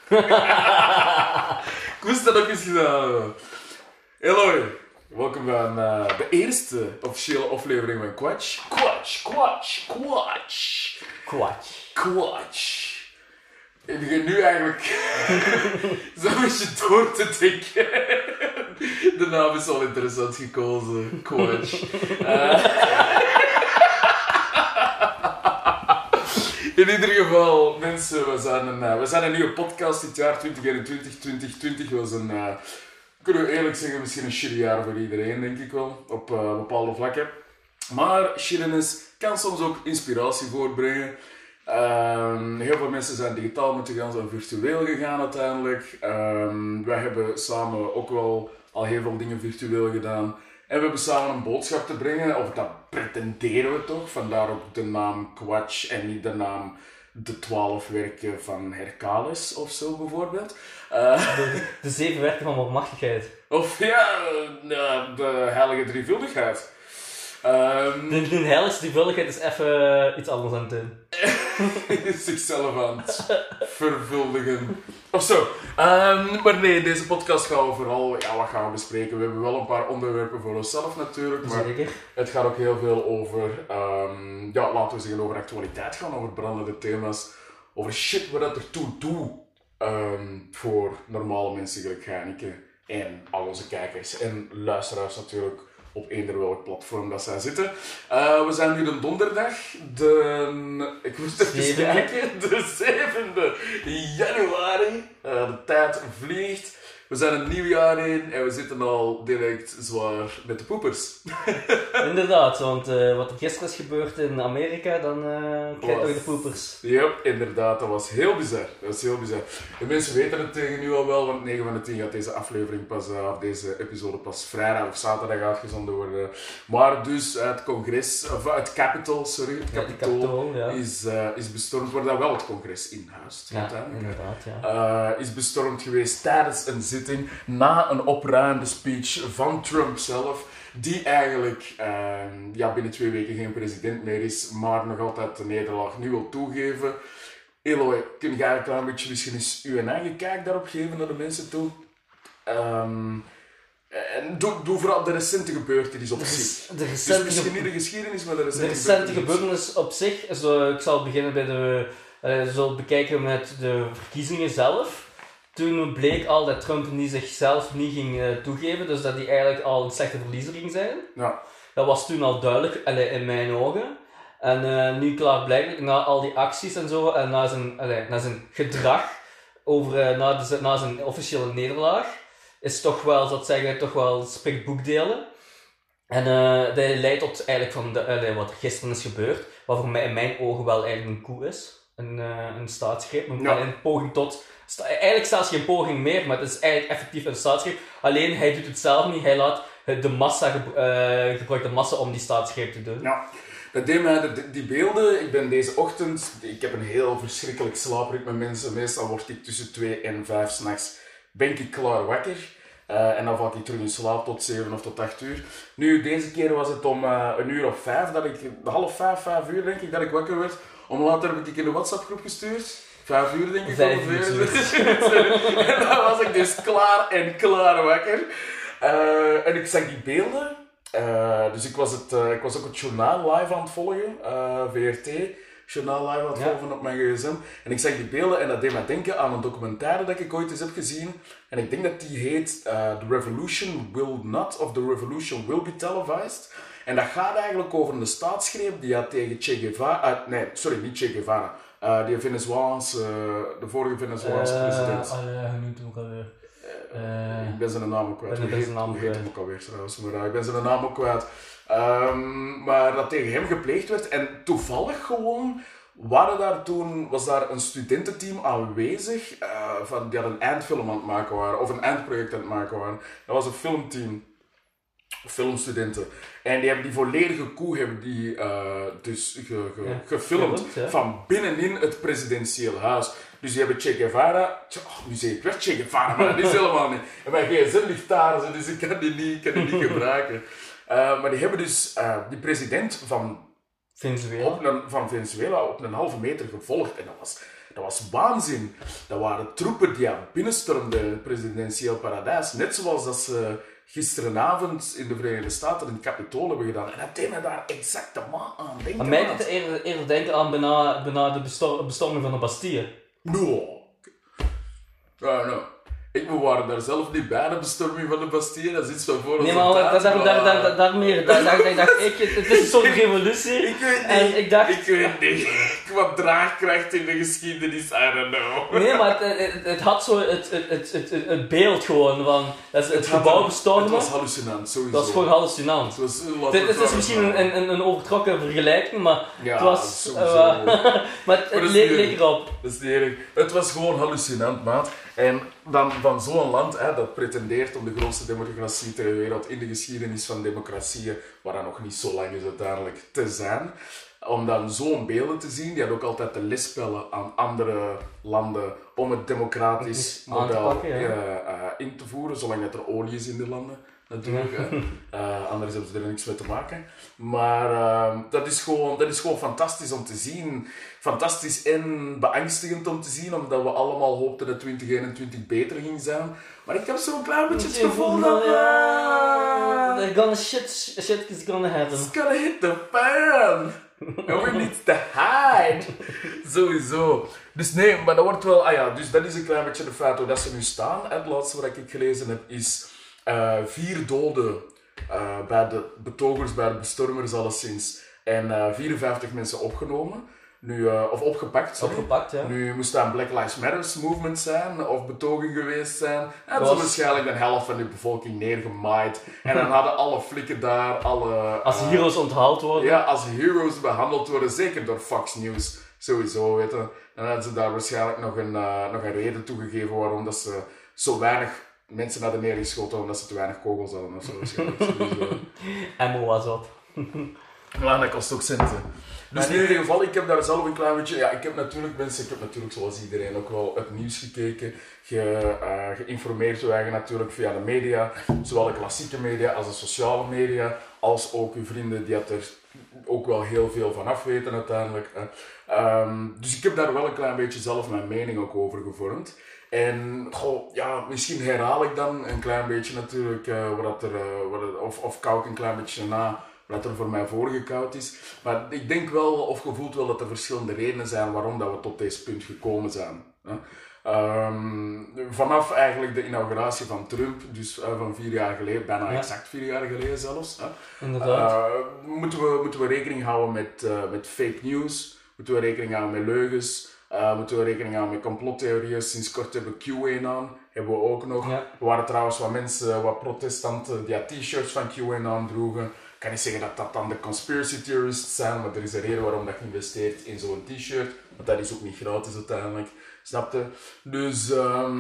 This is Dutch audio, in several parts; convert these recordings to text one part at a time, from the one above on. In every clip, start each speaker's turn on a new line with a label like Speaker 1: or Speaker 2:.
Speaker 1: Ik moest dat ook eens gedaan hebben. Hallo, welkom bij de eerste officiële aflevering van Quatsch. Quatsch. En je nu eigenlijk zo'n beetje door te denken. De naam is al interessant gekozen. Quatsch. In ieder geval, mensen, we zijn een nieuwe podcast dit jaar 2021. 2020 was kunnen we eerlijk zeggen, misschien een shitty jaar voor iedereen, denk ik wel, op bepaalde vlakken. Maar shittiness kan soms ook inspiratie voortbrengen. Heel veel mensen zijn digitaal moeten gaan, zijn virtueel gegaan uiteindelijk. Wij hebben samen ook wel al heel veel dingen virtueel gedaan. En we hebben samen een boodschap te brengen, of dat pretenderen we toch. Vandaar ook de naam Quatsch en niet de naam De 12 werken van Hercules of zo bijvoorbeeld.
Speaker 2: De 7 werken van onmachtigheid.
Speaker 1: Of ja, de heilige drievuldigheid.
Speaker 2: De heiligste drievuldigheid is even iets anders aan het doen.
Speaker 1: Zichzelf aan het vervuldigen. Of zo. Maar nee, deze podcast gaan we vooral... Ja, wat gaan we bespreken? We hebben wel een paar onderwerpen voor onszelf natuurlijk. Maar
Speaker 2: zeker.
Speaker 1: Het gaat ook heel veel over... laten we zeggen over actualiteit gaan. Over brandende thema's. Over shit waar dat ertoe doet. Voor normale mensen gelijk Heineken. En al onze kijkers en luisteraars natuurlijk. Op eender welk platform dat zij zitten. We zijn nu de donderdag, ik moest even kijken, de 7e januari. De tijd vliegt. We zijn een nieuw jaar in en we zitten al direct zwaar met de poepers.
Speaker 2: Inderdaad, want wat er gisteren is gebeurd in Amerika, dan krijg je de poepers.
Speaker 1: Ja, inderdaad, dat was heel bizar. De mensen weten het tegen nu al wel, want 9 van de 10 gaat deze aflevering pas, of deze episode pas vrijdag of zaterdag uitgezonden worden. Maar dus het Capitol is bestormd, waar dat wel het congres inhuist.
Speaker 2: Ja, inderdaad, ja.
Speaker 1: Is bestormd geweest tijdens een zitting, na een opruimende speech van Trump zelf, die eigenlijk binnen 2 weken geen president meer is, maar nog altijd de nederlaag nu wil toegeven. Eloy, kun jij een klein beetje misschien eens uw eigen kijk daarop geven naar de mensen toe? En doe vooral de recente gebeurtenis op zich. Dus misschien niet de geschiedenis, maar de recente
Speaker 2: gebeurtenis op zich. Ik zal beginnen bij zullen bekijken met de verkiezingen zelf. Toen bleek al dat Trump zichzelf niet ging toegeven, dus dat hij eigenlijk al een slechte verliezer ging zijn.
Speaker 1: Ja.
Speaker 2: Dat was toen al duidelijk, in mijn ogen. En nu klaarblijkelijk, na al die acties en zo, en na zijn gedrag, na zijn officiële nederlaag, is toch wel, toch wel spreekboekdelen. En dat leidt tot eigenlijk van wat er gisteren is gebeurd, wat voor mij in mijn ogen wel eigenlijk een coup is. Een staatsgreep, maar een poging tot... Eigenlijk zelfs geen poging meer, maar het is eigenlijk effectief een staatsgreep. Alleen hij doet het zelf niet, hij laat de massa gebruikt de massa om die staatsgreep te doen.
Speaker 1: Ja, dat deed mij, die beelden, ik ben deze ochtend, ik heb een heel verschrikkelijk slaapritme mensen, meestal word ik tussen 2 en 5 s'nachts, ben ik klaar wakker. En dan val ik terug in slaap tot 7 of tot 8 uur. Nu, deze keer was het om 1:05, half 5 uur denk ik, dat ik wakker werd. Om later heb ik in de WhatsApp groep gestuurd. 5 uur denk ik ongeveer. En dan was ik dus klaar wakker. En ik zag die beelden. Dus ik was ook het journaal live aan het volgen. VRT. Journaal live aan het volgen op mijn gsm. En ik zag die beelden en dat deed me denken aan een documentaire dat ik ooit eens heb gezien. En ik denk dat die heet The Revolution Will Not, of The Revolution Will Be Televised. En dat gaat eigenlijk over een staatsgreep die had tegen Che Guevara... niet Che Guevara. De vorige Venezolaanse president.
Speaker 2: Hoe noemt hem ook alweer?
Speaker 1: Ik ben zijn naam ook kwijt. Hoe heet hem ook alweer trouwens? Maar ik ben zijn naam ook kwijt. Maar dat tegen hem gepleegd werd. En toevallig gewoon was daar een studententeam aanwezig die een eindfilm aan het maken waren. Of een eindproject aan het maken waren. Dat was een filmteam. Filmstudenten. En die hebben die volledige coup gefilmd van binnenin het presidentieel huis. Dus die hebben Che Guevara... nu zeg ik weer Che Guevara, maar dat is helemaal niet. En mijn gsm ligt daar, dus ik kan die niet gebruiken. Maar die hebben dus die president van Venezuela op een halve meter gevolgd. En dat was Dat was waanzin. Dat waren troepen die binnenstormden in het presidentieel paradijs. Net zoals dat ze gisterenavond in de Verenigde Staten in het Capitool hebben gedaan. En dat deed me daar exact aan denken.
Speaker 2: Maar mij doet het eerder denken aan bijna de bestorming van de Bastille.
Speaker 1: No. We waren daar zelf niet bij, de bestorming van de Bastille. Dat is iets van voor ons.
Speaker 2: Nee, maar daarmee dacht ik, het is een soort revolutie.
Speaker 1: Ik weet niet.
Speaker 2: En ik dacht...
Speaker 1: Ik weet niet. Wat draagkracht in de geschiedenis, I don't know.
Speaker 2: Nee, maar het had zo het beeld gewoon van... Het gebouw bestormen.
Speaker 1: Het was hallucinant, sowieso.
Speaker 2: Dat was gewoon hallucinant. Het is misschien een overtrokken vergelijking, maar
Speaker 1: ja,
Speaker 2: het was... maar het leek erop.
Speaker 1: Dat is niet erg. Het was gewoon hallucinant, maat. En dan van zo'n land dat pretendeert om de grootste democratie ter wereld in de geschiedenis van democratieën, waar dat nog niet zo lang is uiteindelijk, te zijn. Om dan zo'n beelden te zien, die had ook altijd de les spellen aan andere landen om het democratisch model in te voeren, zolang dat er olie is in de landen. Natuurlijk, anders hebben ze er niks mee te maken. Maar dat is gewoon fantastisch om te zien. Fantastisch en beangstigend om te zien, omdat we allemaal hoopten dat 2021 beter ging zijn. Maar ik heb zo'n klein beetje het gevoel dat...
Speaker 2: Shit is gonna happen.
Speaker 1: It's gonna hit the fan. And we need to hide. Sowieso. Dus nee, maar dat wordt wel... dus dat is een klein beetje de feit hoe dat ze nu staan. Het laatste wat ik gelezen heb is 4 doden bij de betogers, bij de bestormers alleszins. En 54 mensen opgenomen. Nu, of opgepakt, sorry.
Speaker 2: Opgepakt, ja.
Speaker 1: Nu moest dat een Black Lives Matter movement zijn, of betoging geweest zijn. En zo waarschijnlijk de helft van de bevolking neergemaaid. En dan hadden alle flikken daar,
Speaker 2: als heroes onthaald worden.
Speaker 1: Ja, als heroes behandeld worden, zeker door Fox News. Sowieso, weet je. Dan hadden ze daar waarschijnlijk nog een reden toegegeven waarom dat ze zo weinig mensen hadden neergeschoten, omdat ze te weinig kogels hadden of zo.
Speaker 2: Ammo was op.
Speaker 1: Maar dat kost ook centen. Dus in ieder geval, ik heb daar zelf een klein beetje... Ja, ik heb natuurlijk zoals iedereen ook wel het nieuws gekeken. Geïnformeerd je eigen natuurlijk via de media. Zowel de klassieke media als de sociale media. Als ook uw vrienden die er ook wel heel veel van af weten uiteindelijk. Dus ik heb daar wel een klein beetje zelf mijn mening ook over gevormd. En misschien herhaal ik dan een klein beetje natuurlijk of kou ik een klein beetje na wat er voor mij voorgekoud is. Maar ik denk wel, of gevoeld wel, dat er verschillende redenen zijn waarom dat we tot deze punt gekomen zijn. Vanaf eigenlijk de inauguratie van Trump, dus van 4 jaar geleden, bijna exact 4 jaar geleden zelfs,
Speaker 2: inderdaad.
Speaker 1: Moeten we rekening houden met fake news, moeten we rekening houden met leugens, moeten we rekening houden met complottheorieën. Sinds kort hebben we QAnon, hebben we ook nog. Ja. Er waren trouwens wat mensen, wat protestanten, die t-shirts van QAnon droegen. Ik kan niet zeggen dat dat dan de conspiracy theorists zijn, maar er is een reden waarom dat je investeert in zo'n t-shirt. Want dat is ook niet gratis uiteindelijk, snap je? Dus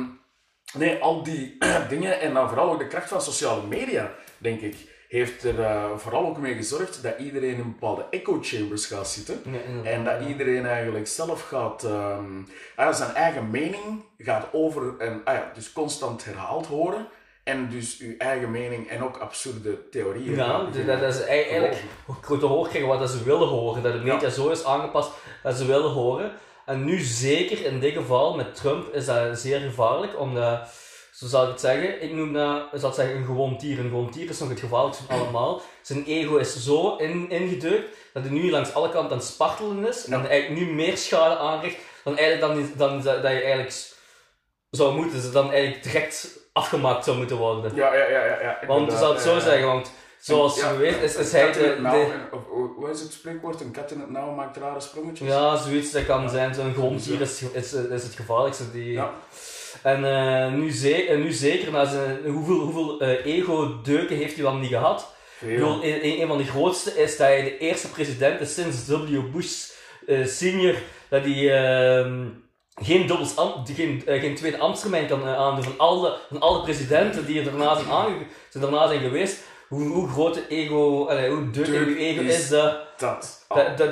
Speaker 1: al die dingen en dan vooral ook de kracht van sociale media, denk ik, heeft er vooral ook mee gezorgd dat iedereen in bepaalde echo chambers gaat zitten. En dat iedereen eigenlijk zelf gaat zijn eigen mening gaat over en dus constant herhaald horen. En dus uw eigen mening en ook absurde theorieën.
Speaker 2: Ja, dat is eigenlijk te horen krijgen wat ze willen horen. Dat de media zo is aangepast dat ze willen horen. En nu zeker in dit geval met Trump is dat zeer gevaarlijk. Omdat, zo zal ik het zeggen, ik noem dat een gewoon tier. Een gewoon tier is nog het gevaarlijkste van allemaal. Zijn ego is zo ingedeukt dat hij nu langs alle kanten aan het spartelen is. Ja. En eigenlijk nu meer schade aanricht dan dat je eigenlijk zou moeten. Dan eigenlijk direct afgemaakt zou moeten worden.
Speaker 1: Ja.
Speaker 2: Want je zal het zo zeggen, want zoals je weet is hij
Speaker 1: hoe is het spreekwoord? Een kat in het nauw maakt rare sprongetjes?
Speaker 2: Ja, zoiets dat kan zijn. Zo'n gronddier is het gevaarlijkste. En nu zeker, hoeveel ego-deuken heeft hij wel niet gehad? Bedoel, een van de grootste is dat hij de eerste president is sinds W. Bush senior, dat hij geen tweede ambtstermijn kan aandoen van alle presidenten die er daarna zijn geweest. Hoe groot de ego, hoe deuk uw ego is dat.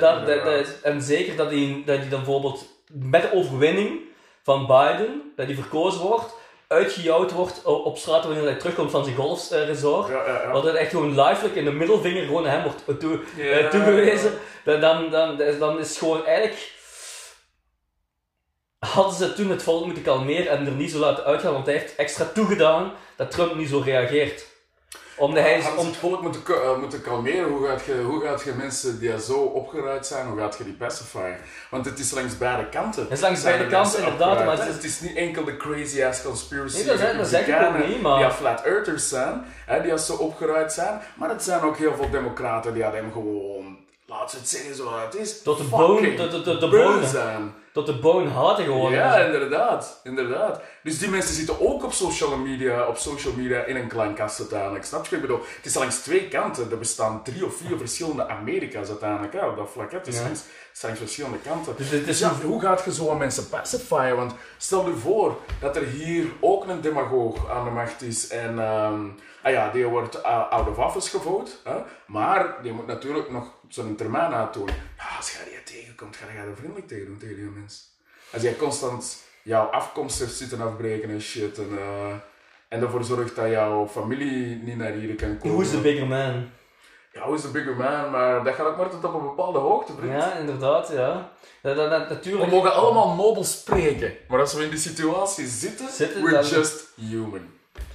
Speaker 2: En zeker dat hij dan bijvoorbeeld met de overwinning van Biden, dat hij verkozen wordt, uitgejouwd wordt op straat wanneer hij terugkomt van zijn golfresort. Dat het echt gewoon livelijk in de middelvinger gewoon naar hem wordt toegewezen. Dan is het gewoon eigenlijk... hadden ze toen het volk moeten kalmeren en er niet zo laten uitgaan, want hij heeft extra toegedaan dat Trump niet zo reageert. Omdat hij
Speaker 1: Hadden ze het volk moeten kalmeren? Hoe gaat je mensen die zo opgeruid zijn, hoe gaat je die pacifieren? Want het is langs beide kanten.
Speaker 2: Het is langs beide kanten, inderdaad. Maar
Speaker 1: het is niet enkel de crazy ass conspiracy.
Speaker 2: Nee, dat zeg ik ook niet, maar...
Speaker 1: Die flat earthers zijn, die zo opgeruid zijn. Maar het zijn ook heel veel democraten die hem gewoon... Laat ze het zeggen zoals het is.
Speaker 2: Tot de
Speaker 1: zijn.
Speaker 2: Tot de bone haten gewoon.
Speaker 1: Ja, inderdaad. Dus die mensen zitten ook op social media in een klein kast uiteindelijk. Snap je? Ik bedoel, het is langs twee kanten. Er bestaan 3 of 4 verschillende Amerika's uiteindelijk. Op dat vlak. Het is langs verschillende kanten. Dus ja, hoe gaat je zo aan mensen pacifieren? Want stel je voor dat er hier ook een demagoog aan de macht is en... die wordt out of office gevoerd, maar die moet natuurlijk nog zo'n termijn uitdoen. Ja, als je die tegenkomt, ga je er vriendelijk tegen doen tegen die mensen. Als jij constant jouw afkomst hebt zitten afbreken en shit, en ervoor zorgt dat jouw familie niet naar hier kan komen.
Speaker 2: Who's the bigger man?
Speaker 1: Ja, who's the bigger man, maar dat gaat ook maar tot op een bepaalde hoogte, vriend.
Speaker 2: Ja, inderdaad, ja. Natuurlijk...
Speaker 1: We mogen allemaal nobel spreken, maar als we in die situatie zitten we're just human.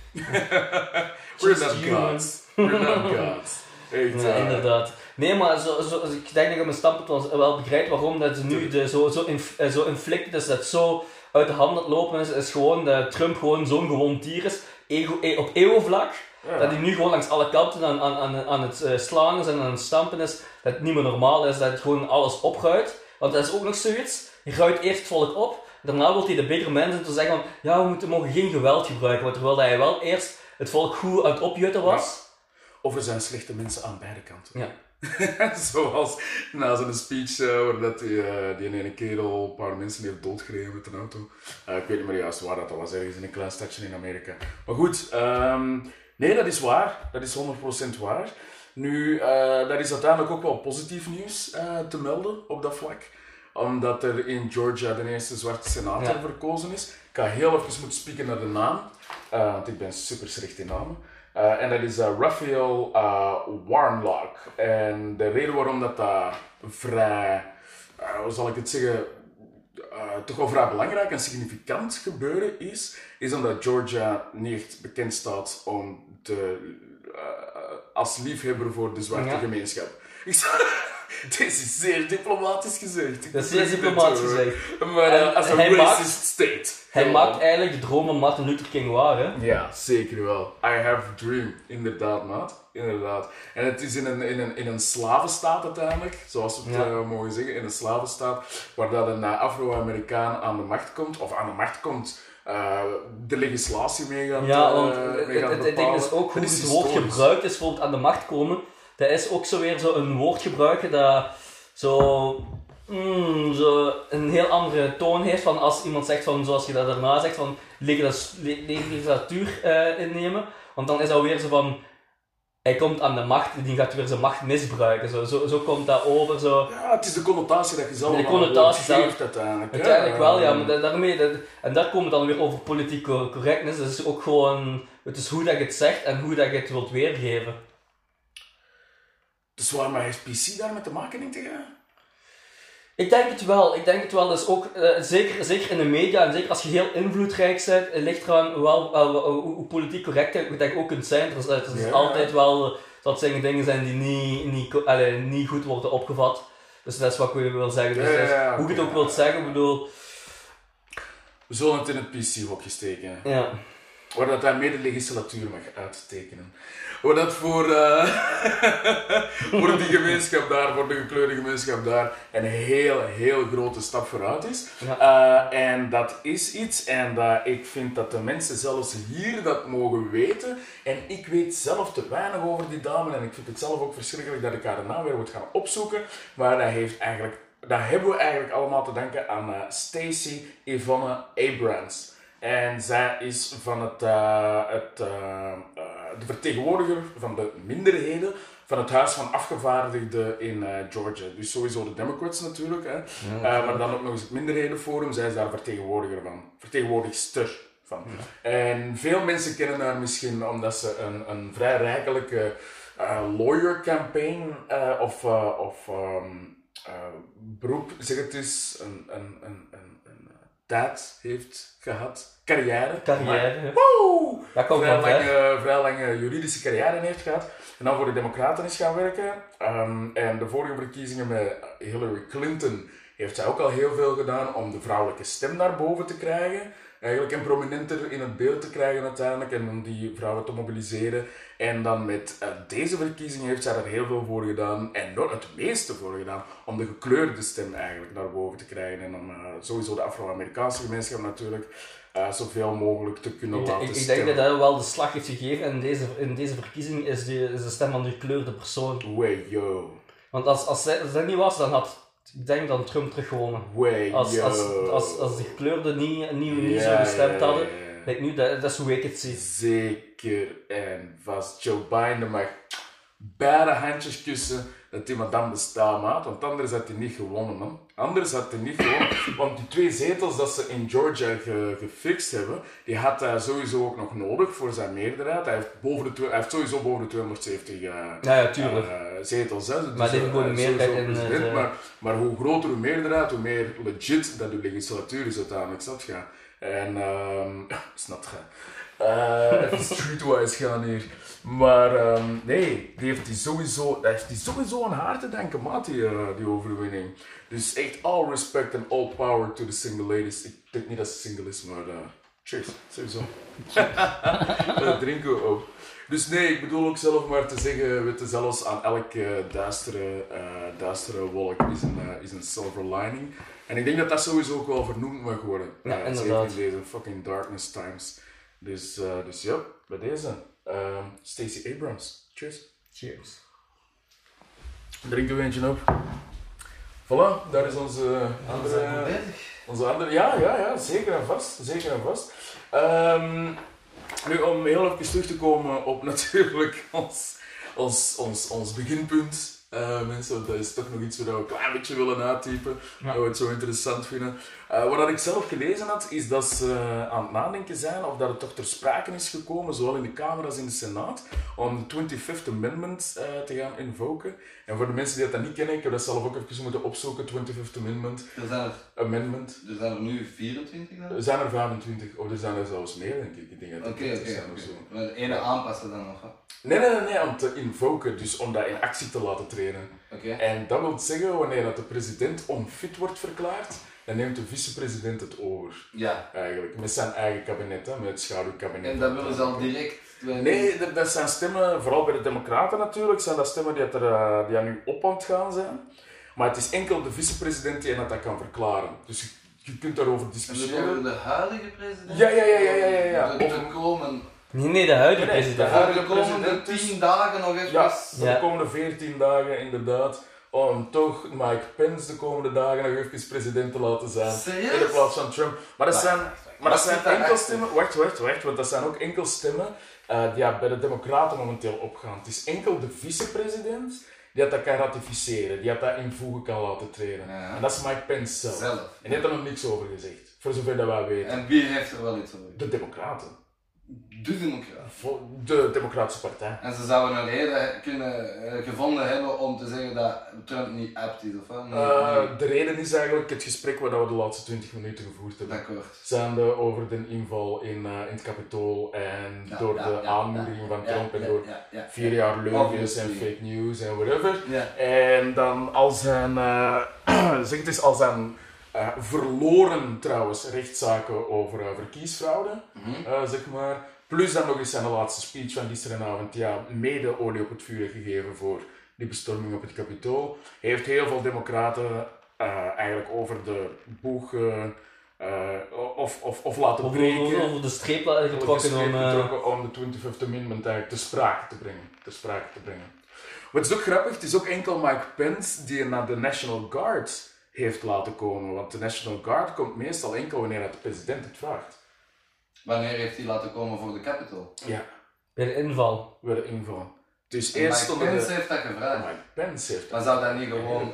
Speaker 1: We're not gods. We're not gods. Echt,
Speaker 2: ja, inderdaad. Nee, maar ik denk dat je mijn standpunt wel begrijpt waarom dat ze nu zo inflicted is, dat het zo uit de hand aan het lopen is gewoon dat Trump gewoon zo'n gewoon dier is, op ego-vlak, dat hij nu gewoon langs alle kanten aan het slaan is en aan het stampen is, dat het niet meer normaal is, dat het gewoon alles opruidt. Want dat is ook nog zoiets, je ruidt eerst het volk op, daarna wil hij de bigger man zijn te zeggen van, ja, we mogen geen geweld gebruiken, want terwijl hij wel eerst het volk goed aan het opjutten was.
Speaker 1: Ja. Of er zijn slechte mensen aan beide kanten.
Speaker 2: Ja.
Speaker 1: Zoals na zijn speech waar dat die ene kerel een paar mensen heeft doodgereden met een auto. Ik weet niet meer juist waar dat was, ergens in een klein stadje in Amerika. Maar goed, nee, dat is waar. Dat is 100% waar. Nu, dat is uiteindelijk ook wel positief nieuws te melden op dat vlak. Omdat er in Georgia de eerste zwarte senator verkozen is. Ik ga heel even moeten spieken naar de naam, want ik ben super slecht in namen. En dat is Raphael Warnock. En de reden waarom dat vrij, hoe zal ik het zeggen, toch wel vrij belangrijk en significant gebeuren is omdat Georgia niet echt bekend staat om als liefhebber voor de zwarte gemeenschap. Dit is zeer diplomatisch gezegd.
Speaker 2: Dat is zeer diplomatisch gezegd.
Speaker 1: Maar als een racist state.
Speaker 2: Hij maakt eigenlijk de droom van Martin Luther King waar, hè?
Speaker 1: Ja, zeker wel. I have a dream. Inderdaad, maat. Inderdaad. En het is in een slavenstaat uiteindelijk, zoals we het mogen zeggen, in een slavenstaat, waar dat een Afro-Amerikaan aan de macht komt, de legislatie mee gaat
Speaker 2: het ding is ook hoe het woord gebruikt is voor aan de macht komen. Dat is ook zo weer zo een woord gebruiken dat zo een heel andere toon heeft van als iemand zegt van, zoals je dat daarna zegt, van legislatuur innemen. Want dan is dat weer zo van, hij komt aan de macht, die gaat weer zijn macht misbruiken. Zo komt dat over. Zo.
Speaker 1: Ja, het is de connotatie dat je zelf
Speaker 2: geeft
Speaker 1: uiteindelijk.
Speaker 2: Uiteindelijk wel, ja. Maar en daar komen we dan weer over politiek correctness. Dat is ook gewoon, het is hoe dat je het zegt en hoe dat je het wilt weergeven.
Speaker 1: Dus waar maar heeft PC daar met te maken in te gaan?
Speaker 2: Ik denk het wel. Dus ook, zeker in de media, en zeker als je heel invloedrijk bent, ligt eraan hoe politiek correct dat je ook kunt zijn. Er is altijd wel dat dingen zijn die niet goed worden opgevat. Dus dat is wat ik wil zeggen. Dus hoe je het ook wilt zeggen, ik bedoel...
Speaker 1: We zullen het in het PC-hokje steken.
Speaker 2: Ja.
Speaker 1: Waar dat hij mede legislatuur mag uittekenen. Waar dat voor die gemeenschap daar, voor de gekleurde gemeenschap daar, een heel grote stap vooruit is. Ja. En dat is iets, en ik vind dat de mensen zelfs hier dat mogen weten. En ik weet zelf te weinig over die dame, en ik vind het zelf ook verschrikkelijk dat ik haar naam weer moet gaan opzoeken. Maar dat hebben we eigenlijk allemaal te danken aan Stacey Yvonne Abrams. En zij is van de vertegenwoordiger van de minderheden van het Huis van Afgevaardigden in Georgia. Dus sowieso de Democrats natuurlijk, hè. Maar dan ook nog eens het Minderhedenforum. Zij is daar vertegenwoordigster van. Ja. En veel mensen kennen haar misschien omdat ze een vrij rijkelijke lawyer campaign beroep, zeg het eens, een tijd heeft gehad. Carrière.
Speaker 2: Woe! Dat komt van ver.
Speaker 1: Vrij lange juridische carrière heeft gehad. En dan voor de Democraten is gaan werken. En de vorige verkiezingen met Hillary Clinton heeft zij ook al heel veel gedaan om de vrouwelijke stem naar boven te krijgen. Eigenlijk en prominenter in het beeld te krijgen uiteindelijk en om die vrouwen te mobiliseren. En dan met deze verkiezingen heeft zij er heel veel voor gedaan en nog het meeste voor gedaan om de gekleurde stem eigenlijk naar boven te krijgen. En om sowieso de Afro-Amerikaanse gemeenschap natuurlijk zoveel mogelijk te kunnen laten stemmen.
Speaker 2: Ik denk dat hij wel de slag heeft gegeven en in deze verkiezing is de stem van de gekleurde persoon.
Speaker 1: Way yo.
Speaker 2: Want als dat niet was, dan had... Ik denk dat Trump terug gewonnen. Als de gekleurden niet zo gestemd hadden, denk nu, dat is hoe ik het zie.
Speaker 1: Zeker en vast. Joe Biden mag beide handjes kussen dat die madame bestaan had, want anders had hij niet gewonnen. Man. Anders had hij niet gewonnen, want die 2 zetels dat ze in Georgia gefixt hebben, die had hij sowieso ook nog nodig voor zijn meerderheid. Hij heeft sowieso boven de 270 zetels. Hè. Dus
Speaker 2: maar dit is gewoon een
Speaker 1: meerderheid. Maar hoe groter uw meerderheid, hoe meer legit dat uw legislatuur is uiteindelijk. Snap je? En, snap je? Even streetwise gaan hier. Maar nee, die heeft die sowieso aan haar te denken, maat, die overwinning. Dus echt all respect and all power to the single ladies. Ik denk niet dat ze single is, maar cheers, sowieso. Dat drinken we ook. Dus nee, ik bedoel ook zelf maar te zeggen, weet je, zelfs aan elke duistere wolk is een silver lining. En ik denk dat dat sowieso ook wel vernoemd mag worden.
Speaker 2: Ja, inderdaad.
Speaker 1: Zeker in deze fucking darkness times. Dus ja, bij deze. Stacey Abrams. Cheers.
Speaker 2: Cheers.
Speaker 1: Drinken we eentje op. Voilà, daar is onze andere... Ja, zeker en vast. Zeker en vast. Nu, om heel even terug te komen op natuurlijk ons beginpunt. Mensen, dat is toch nog iets waar we een klein beetje willen uittypen. Dat we het zo interessant vinden. Wat ik zelf gelezen had, is dat ze aan het nadenken zijn of dat het toch ter sprake is gekomen, zowel in de Kamer als in de Senaat, om de 25th Amendment te gaan invoken. En voor de mensen die dat niet kennen, ik heb dat zelf ook even moeten opzoeken, 25th Amendment.
Speaker 3: Er zijn er nu 24 dan?
Speaker 1: Er zijn er 25, of er zijn er zelfs meer, denk ik.
Speaker 3: Oké. Maar de ene aanpassen dan nog, hè?
Speaker 1: Nee, om te invoken, dus om dat in actie te laten treden.
Speaker 3: Okay.
Speaker 1: En dat wil zeggen, wanneer dat de president onfit wordt verklaard, dan neemt de vicepresident het over.
Speaker 3: Ja.
Speaker 1: Eigenlijk, met zijn eigen kabinet, hè, met het schaduwkabinet.
Speaker 3: En dat willen ze al direct...
Speaker 1: Nee, dat zijn stemmen, vooral bij de Democraten natuurlijk, zijn dat stemmen die er nu op aan het gaan zijn. Maar het is enkel de vicepresident die dat kan verklaren. Dus je kunt daarover discussiëren.
Speaker 3: Over de huidige president?
Speaker 1: Ja.
Speaker 3: De komen...
Speaker 2: Nee, de huidige president.
Speaker 3: De komende 10 dagen nog even.
Speaker 1: Ja, de komende 14 dagen inderdaad. Om toch Mike Pence de komende dagen nog even president te laten zijn.
Speaker 3: Serieus?
Speaker 1: In plaats van Trump. Maar dat zijn enkel stemmen. Wacht, want dat zijn ook enkel stemmen die bij de Democraten momenteel opgaan. Het is enkel de vicepresident die dat kan ratificeren, die dat in voegen kan laten treden. Ja. En dat is Mike Pence zelf. En die heeft er nog niks over gezegd, voor zover dat wij weten.
Speaker 3: En wie heeft er wel iets over?
Speaker 1: De Democraten.
Speaker 3: De Democraten?
Speaker 1: De Democratische Partij.
Speaker 3: En ze zouden een reden gevonden hebben om te zeggen dat Trump niet apt is, of wat? Nee.
Speaker 1: De reden is eigenlijk het gesprek wat we de laatste 20 minuten gevoerd hebben.
Speaker 3: D'accord.
Speaker 1: Zijnde over de inval in het Kapitool en door de aanmoediging van Trump en door 4 jaar leugens en fake news en whatever.
Speaker 3: Ja.
Speaker 1: En dan al zijn, verloren trouwens rechtszaken over verkiesfraude, zeg maar. Plus dan nog eens zijn laatste speech van gisteravond, mede olie op het vuur heeft gegeven voor die bestorming op het Kapitool. Hij heeft heel veel democraten eigenlijk over de boeg of laten breken.
Speaker 2: Over de streep getrokken
Speaker 1: om de 25th Amendment eigenlijk ter sprake te brengen. Wat is ook grappig, het is ook enkel Mike Pence die naar de National Guard heeft laten komen. Want de National Guard komt meestal enkel wanneer de president het vraagt.
Speaker 3: Wanneer heeft hij laten komen voor de Capitol?
Speaker 1: Ja.
Speaker 2: Bij de inval.
Speaker 1: Dus eerst
Speaker 3: Mike Pence heeft dat gevraagd.
Speaker 1: Mike Pence heeft
Speaker 3: maar zou dat niet gewoon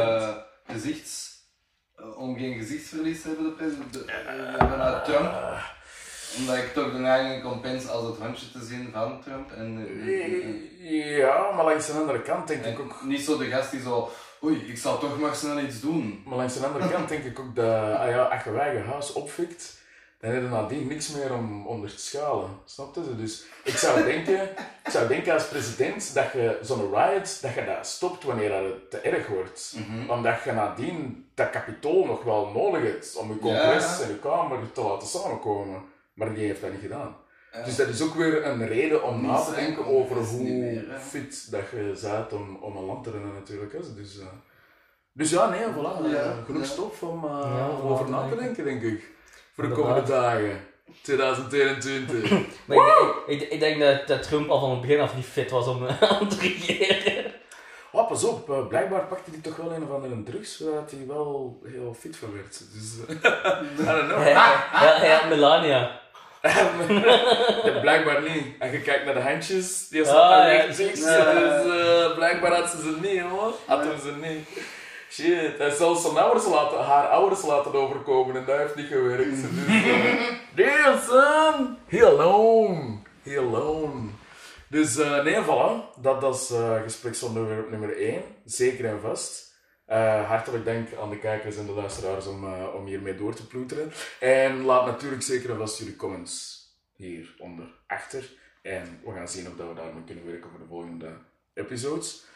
Speaker 3: om geen gezichtsverlies te hebben, de president? Vanuit Trump? Omdat ik toch de neiging kon Pence als het hondje te zien van Trump.
Speaker 1: Ja, maar langs de andere kant denk ik ook...
Speaker 3: Niet zo de gast die zo Oei, ik zal toch maar snel iets doen.
Speaker 1: Maar langs de andere kant denk ik ook dat als je eigen huis opfikt, dan heb je nadien niks meer om onder te schalen. Snap je? Dus ik zou denken als president dat je zo'n riot, dat je dat stopt wanneer dat te erg wordt. Omdat je nadien dat kapitool nog wel nodig hebt om je congres en je kamer te laten samenkomen. Maar die heeft dat niet gedaan. Dus dat is ook weer een reden om na te denken over hoe fit dat je bent om een land te rennen natuurlijk. Hè. Dus ja, nee, voilà. Genoeg stof om over na te denken, denk ik. Voor de komende dagen. 2021.
Speaker 2: Maar ik denk dat Trump al van het begin af niet fit was om aan te regeren.
Speaker 1: Oh, pas op, blijkbaar pakte hij toch wel een of andere drugs, zodat hij wel heel fit voor werd. Dus, I don't know.
Speaker 2: Hij had Melania.
Speaker 1: Ja, blijkbaar niet. En je kijkt naar de handjes, die staat rechts. Dus blijkbaar had ze niet, hoor. Hadden ze niet. Shit, hij heeft zelfs haar ouders laten overkomen en dat heeft niet gewerkt. Dus, damn son, he alone. Dus nee, voilà, dat is gespreksonderwerp nummer 1, zeker en vast. Hartelijk dank aan de kijkers en de luisteraars om hiermee door te ploeteren. En laat natuurlijk zeker en vast jullie comments hieronder achter. En we gaan zien of we daarmee kunnen werken voor de volgende episodes.